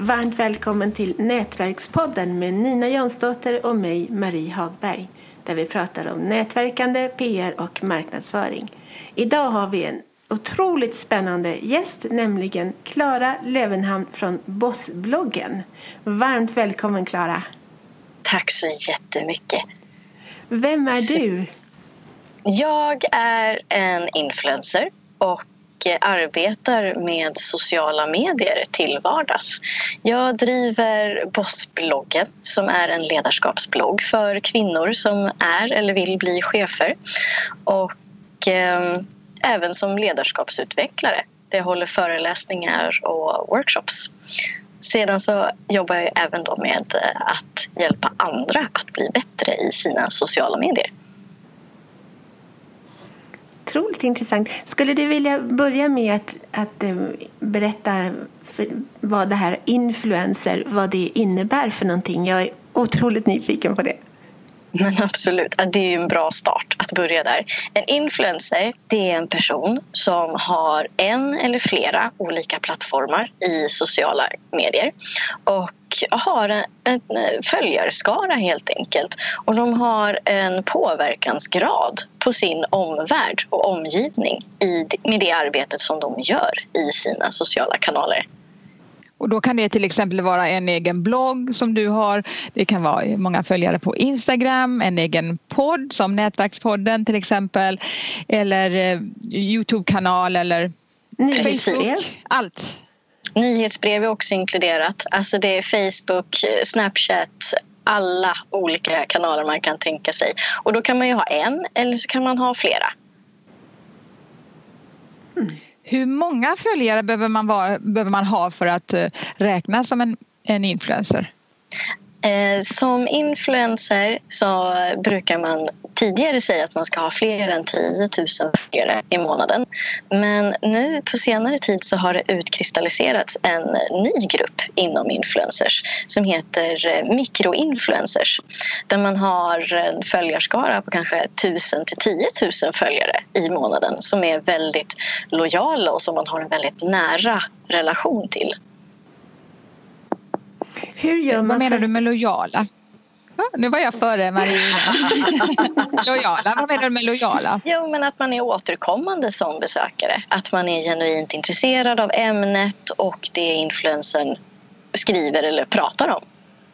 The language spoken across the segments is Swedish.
Varmt välkommen till Nätverkspodden med Nina Jonsdotter och mig, Marie Hagberg, där vi pratar om nätverkande, PR och marknadsföring. Idag har vi en otroligt spännande gäst, nämligen Clara Levenhamn från Bossbloggen. Varmt välkommen, Clara. Tack så jättemycket. Vem är du? Jag är en influencer och arbetar med sociala medier till vardags. Jag driver Bossbloggen som är en ledarskapsblogg för kvinnor som är eller vill bli chefer. Och även som ledarskapsutvecklare. Jag håller föreläsningar och workshops. Sedan så jobbar jag även då med att hjälpa andra att bli bättre i sina sociala medier. Otroligt intressant. Skulle du vilja börja med att berätta vad det här influencer, vad det innebär för någonting? Jag är otroligt nyfiken på det. Men absolut, det är ju en bra start att börja där. En influencer, det är en person som har en eller flera olika plattformar i sociala medier och har en följarskara helt enkelt. Och de har en påverkansgrad på sin omvärld och omgivning med det arbetet som de gör i sina sociala kanaler. Och då kan det till exempel vara en egen blogg som du har. Det kan vara många följare på Instagram, en egen podd som Nätverkspodden till exempel. Eller YouTube-kanal eller Facebook. Allt. Nyhetsbrev är också inkluderat. Alltså det är Facebook, Snapchat, alla olika kanaler man kan tänka sig. Och då kan man ju ha en eller så kan man ha flera. Hur många följare behöver man ha för att räknas som en influencer? Som influencer så brukar man tidigare säga att man ska ha fler än 10 000 följare i månaden. Men nu på senare tid så har det utkristalliserats en ny grupp inom influencers som heter mikroinfluencers. Där man har en följarskara på kanske 1000 till 10 000 följare i månaden som är väldigt lojala och som man har en väldigt nära relation till. Hur gör man Vad menar du med lojala? Nu var jag före Marie. Lojala, vad menar du med lojala? Jo, men att man är återkommande som besökare. Att man är genuint intresserad av ämnet och det influensen skriver eller pratar om.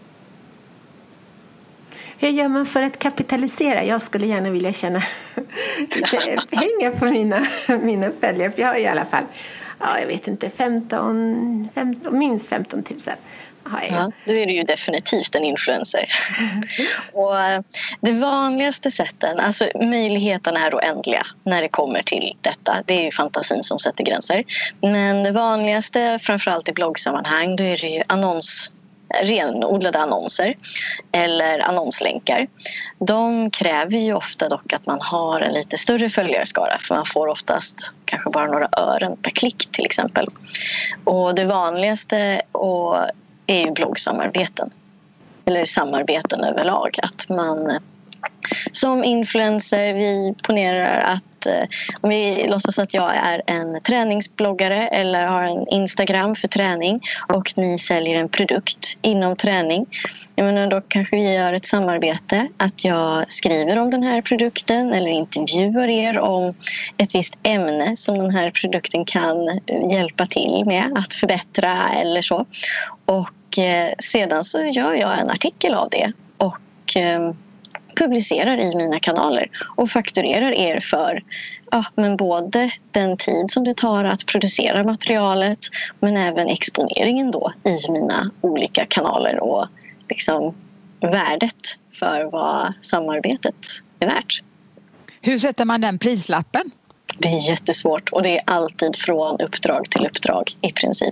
Hur gör man för att kapitalisera? Jag skulle gärna vilja tjäna lite pengar på mina följare. För jag har i alla fall, jag vet inte, 15, minst 15 000. Ja, då är det ju definitivt en influencer. Och det vanligaste sätten, alltså möjligheterna är oändliga när det kommer till detta. Det är ju fantasin som sätter gränser. Men det vanligaste, framförallt i bloggsammanhang, då är det ju renodlade annonser eller annonslänkar. De kräver ju ofta dock att man har en lite större följarskara för man får oftast kanske bara några ören per klick till exempel. Och det vanligaste är ju bloggsamarbeten eller samarbeten överlag. Att man som influencer, vi ponerar att om vi låtsas att jag är en träningsbloggare eller har en Instagram för träning och ni säljer en produkt inom träning. Jag menar, då kanske vi gör ett samarbete att jag skriver om den här produkten eller intervjuar er om ett visst ämne som den här produkten kan hjälpa till med att förbättra eller så. Och sedan så gör jag en artikel av det och publicerar i mina kanaler och fakturerar er för men både den tid som det tar att producera materialet men även exponeringen då i mina olika kanaler och liksom värdet för vad samarbetet är värt. Hur sätter man den prislappen? Det är jättesvårt och det är alltid från uppdrag till uppdrag i princip.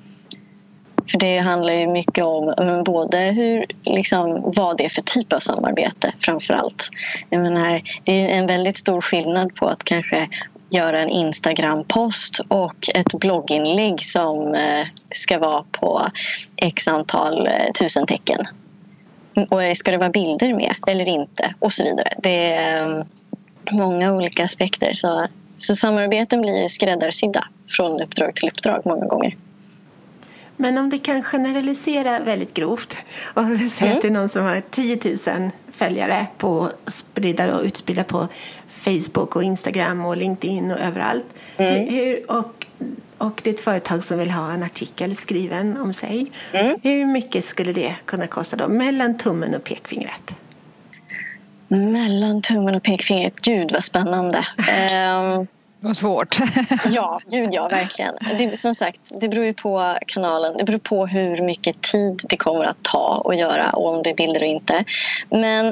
För det handlar ju mycket om både vad det är för typ av samarbete framförallt. Jag menar, det är en väldigt stor skillnad på att kanske göra en Instagram-post och ett blogginlägg som ska vara på x antal 1000 tecken. Och ska det vara bilder med eller inte och så vidare. Det är många olika aspekter. Så samarbeten blir ju skräddarsydda från uppdrag till uppdrag många gånger. Men om det kan generalisera väldigt grovt och säga att det är någon som har 10 000 följare på spridda och utspridda på Facebook och Instagram och LinkedIn och överallt. Och det är ett företag som vill ha en artikel skriven om sig. Hur mycket skulle det kunna kosta då? Mellan tummen och pekfingret. Mellan tummen och pekfingret. Gud vad spännande. Vad svårt. Ja, verkligen. Som sagt, det beror ju på kanalen. Det beror på hur mycket tid det kommer att ta att göra och om det är bilder och inte. Men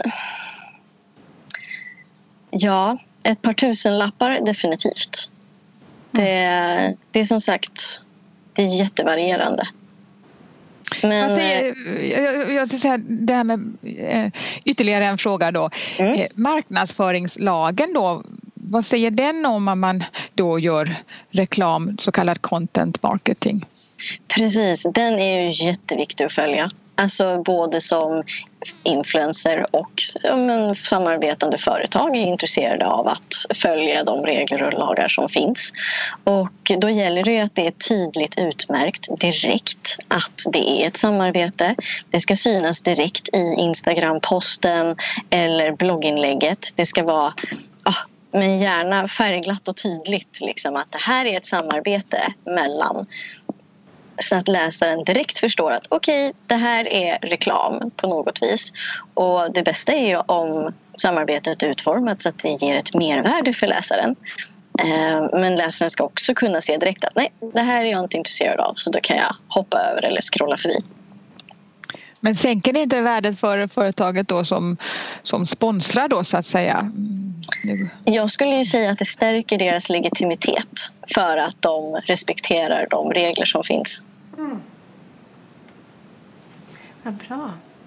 ja, ett par tusenlappar definitivt. Det är som sagt, det är jättevarierande. Men jag ska säga det här med ytterligare en fråga då. Marknadsföringslagen då, vad säger den om man då gör reklam, så kallad content marketing? Precis, den är ju jätteviktig att följa. Alltså både som influencer och samarbetande företag är intresserade av att följa de regler och lagar som finns. Och då gäller det ju att det är tydligt utmärkt direkt att det är ett samarbete. Det ska synas direkt i Instagram-posten eller blogginlägget. Det ska vara men gärna färgglatt och tydligt liksom, att det här är ett samarbete mellan, så att läsaren direkt förstår att okej, det här är reklam på något vis. Och det bästa är ju om samarbetet är utformat så att det ger ett mervärde för läsaren. Men läsaren ska också kunna se direkt att nej, det här är jag inte intresserad av, så då kan jag hoppa över eller scrolla förbi. Men sänker det inte värdet för företaget då som sponsrar då, så att säga? Jag skulle ju säga att det stärker deras legitimitet för att de respekterar de regler som finns. Vad bra.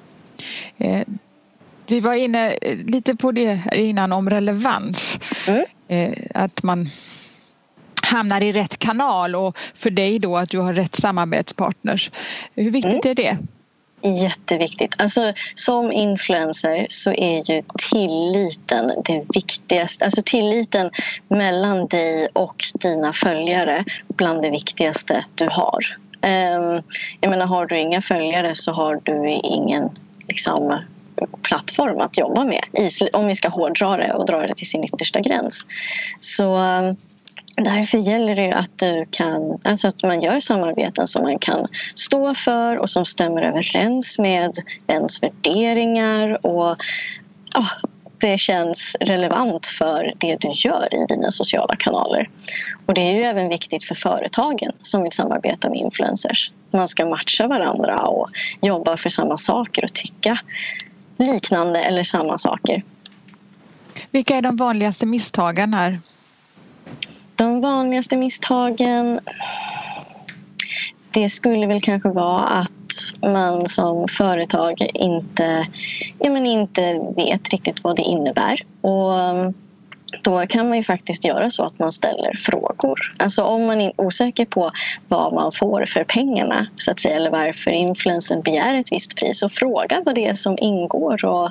Vi var inne lite på det innan om relevans. Att man hamnar i rätt kanal och för dig då att du har rätt samarbetspartners. Hur viktigt är det? Jätteviktigt. Alltså, som influencer så är ju tilliten det viktigaste. Alltså tilliten mellan dig och dina följare bland det viktigaste du har. Jag menar, har du inga följare så har du ingen liksom, plattform att jobba med. Om vi ska hårdra det och dra det till sin yttersta gräns. Så därför gäller det att att man gör samarbeten som man kan stå för och som stämmer överens med ens värderingar och det känns relevant för det du gör i dina sociala kanaler. Och det är ju även viktigt för företagen som vill samarbeta med influencers. Man ska matcha varandra och jobba för samma saker och tycka liknande eller samma saker. Vilka är de vanligaste misstagen här? De vanligaste misstagen, det skulle väl kanske vara att man som företag inte vet riktigt vad det innebär. Och då kan man ju faktiskt göra så att man ställer frågor. Alltså om man är osäker på vad man får för pengarna, så att säga, eller varför influencern begär ett visst pris, och fråga vad det är som ingår och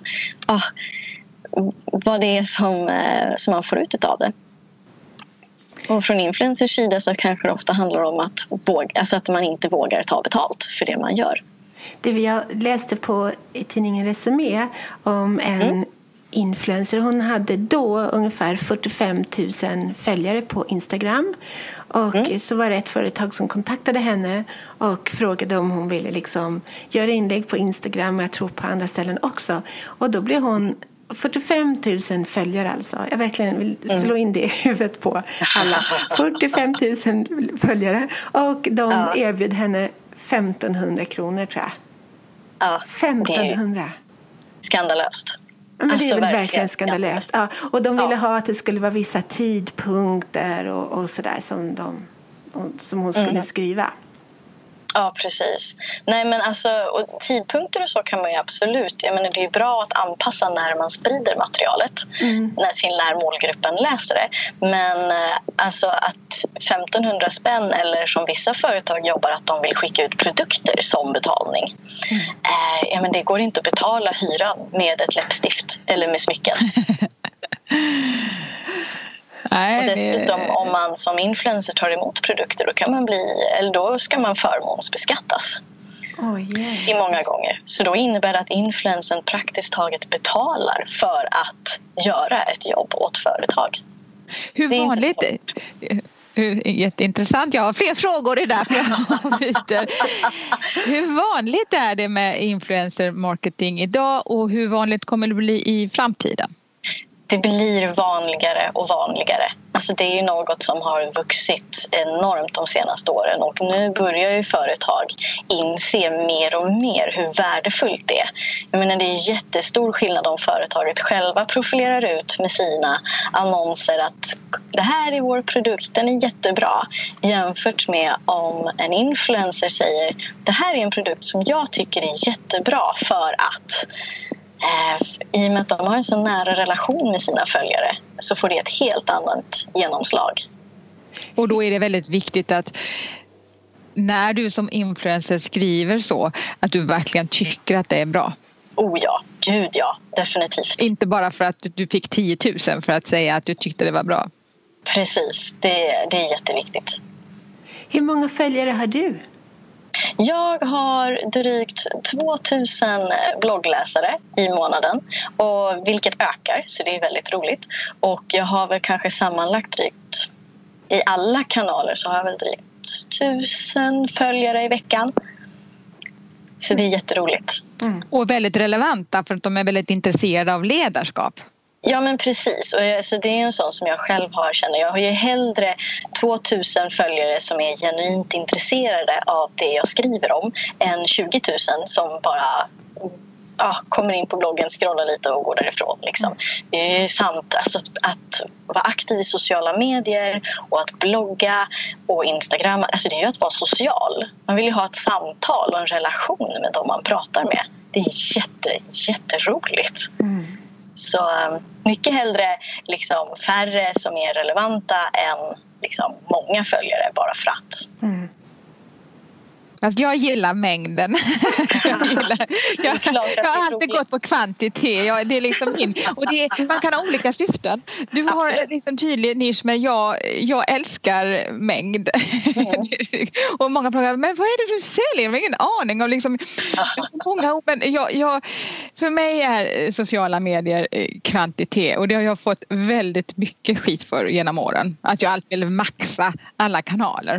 vad det är som man får ut av det. Och från influencers sida så kanske det ofta handlar om att man inte vågar ta betalt för det man gör. Det jag läste på i tidningen Resumé om en influencer. Hon hade då ungefär 45 000 följare på Instagram. Och så var det ett företag som kontaktade henne och frågade om hon ville liksom göra inlägg på Instagram, och jag tror på andra ställen också. Och då blev hon 45 000 följare alltså. Jag verkligen vill slå in det i huvudet på alla. 45 000 följare. Och de erbjöd henne 1500 kronor, tror jag. Ja, 1500. Skandalöst. Men alltså, det är väl verkligen skandalöst. Ja. Och de ville ha att det skulle vara vissa tidpunkter och sådär som hon skulle skriva. Ja, precis. Nej, men alltså, och tidpunkter och så kan man ju absolut. Jag menar, det är ju bra att anpassa när man sprider materialet när målgruppen läser det. Men alltså att 1500 spänn, eller som vissa företag jobbar, att de vill skicka ut produkter som betalning. Men det går inte att betala hyran med ett läppstift eller med smycken. Nej, och dessutom om man som influencer tar emot produkter då ska man förmånsbeskattas. I många gånger. Så då innebär det att influencern praktiskt taget betalar för att göra ett jobb åt företag. Hur vanligt är jätteintressant. Jag har fler frågor i det. Hur vanligt är det med influencer marketing idag och hur vanligt kommer det bli i framtiden? Det blir vanligare och vanligare. Alltså det är ju något som har vuxit enormt de senaste åren och nu börjar ju företag inse mer och mer hur värdefullt det är. Jag menar, det är jättestor skillnad om företaget själva profilerar ut med sina annonser att det här är vår produkt, den är jättebra, jämfört med om en influencer säger det här är en produkt som jag tycker är jättebra för att i och med att de har en så nära relation med sina följare så får det ett helt annat genomslag. Och då är det väldigt viktigt att när du som influencer skriver så att du verkligen tycker att det är bra. Oh ja, gud ja, definitivt. Inte bara för att du fick 10 000 för att säga att du tyckte det var bra. Precis, det är jätteviktigt. Hur många följare har du? Jag har drygt 2000 bloggläsare i månaden, och vilket ökar, så det är väldigt roligt. Och jag har väl kanske sammanlagt drygt, i alla kanaler så har jag väl drygt 1000 följare i veckan. Så det är jätteroligt. Och väldigt relevanta för att de är väldigt intresserade av ledarskap. Ja, men precis. Och alltså, det är en sån som jag själv känner. Jag har ju hellre 2000 följare som är genuint intresserade av det jag skriver om än 20 000 som bara kommer in på bloggen, scrollar lite och går därifrån. Liksom. Det är ju sant. Alltså, att vara aktiv i sociala medier och att blogga och Instagram, alltså, det är ju att vara social. Man vill ju ha ett samtal och en relation med dem man pratar med. Det är jätteroligt. Så mycket hellre liksom färre som är relevanta än liksom många följare bara för att. Alltså jag gillar mängden. Jag har alltid gått på kvantitet. Det är liksom min. Och man kan ha olika syften. Du har liksom tydlig nisch, men jag älskar mängd. Och många frågar, men vad är det du säljer? Jag har ingen aning om liksom, många. Men för mig är sociala medier kvantitet, och det har jag fått väldigt mycket skit för genom åren. Att jag alltid vill maxa alla kanaler.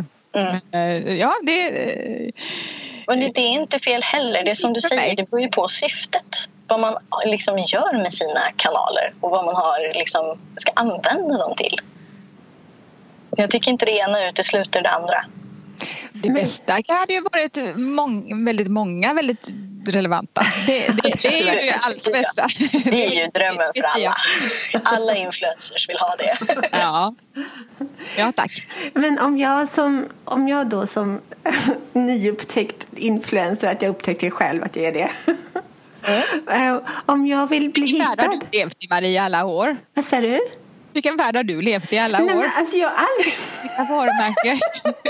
Men det är inte fel heller. Det är som du säger, det beror ju på syftet. Vad man liksom gör med sina kanaler och vad man ska använda dem till. Jag tycker inte det ena utesluter det andra. Det bästa hade ju varit väldigt många väldigt relevanta. Det är ju allt bästa. Det är ju drömmen för alla. Alla influencers vill ha det. Ja, tack. Men om jag då som nyupptäckt influencer, att jag upptäckte själv att jag är det. Om jag vill bli hittad. Vilken värld har du levt i, Maria, alla år? Vad sa du? Vilken värld har du levt i alla år? Men alltså jag har aldrig... Vilka varumärken?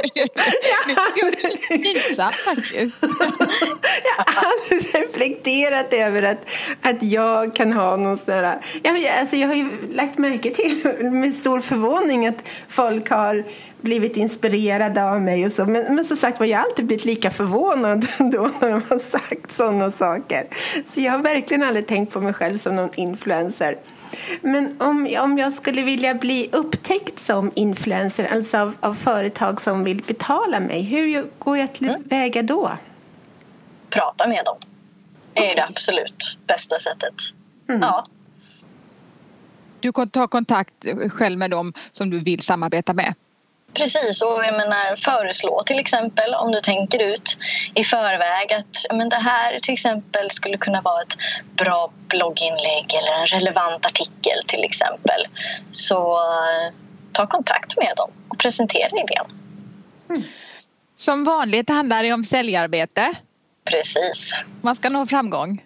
Jag har aldrig reflekterat över att jag kan ha någon sån där... Jag har ju lagt märke till med stor förvåning att folk har blivit inspirerade av mig och så. Men som sagt var jag alltid blivit lika förvånad då när de har sagt sådana saker. Så jag har verkligen aldrig tänkt på mig själv som någon influencer. Men om jag skulle vilja bli upptäckt som influencer, alltså av företag som vill betala mig, hur går jag till väga då? Prata med dem. Det är det absolut bästa sättet. Ja. Du kan ta kontakt själv med dem som du vill samarbeta med. Precis, och jag menar, föreslå till exempel om du tänker ut i förväg att det här till exempel skulle kunna vara ett bra blogginlägg eller en relevant artikel till exempel. Så ta kontakt med dem och presentera idén. Som vanligt handlar det om säljarbete. Precis. Man ska nå framgång.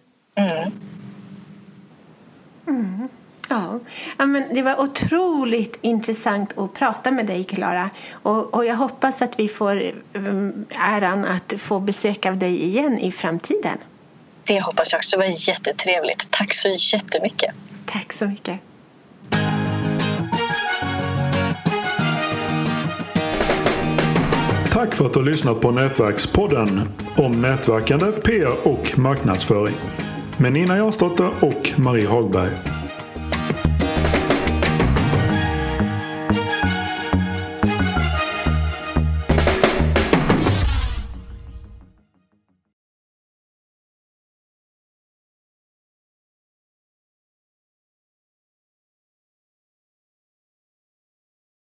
Ja, men det var otroligt intressant att prata med dig, Clara. Och jag hoppas att vi får äran att få besök av dig igen i framtiden. Det hoppas jag också. Det var jättetrevligt. Tack så jättemycket. Tack så mycket. Tack för att du har lyssnat på Nätverkspodden om nätverkande, PR och marknadsföring med Nina Jansdotter och Marie Hagberg.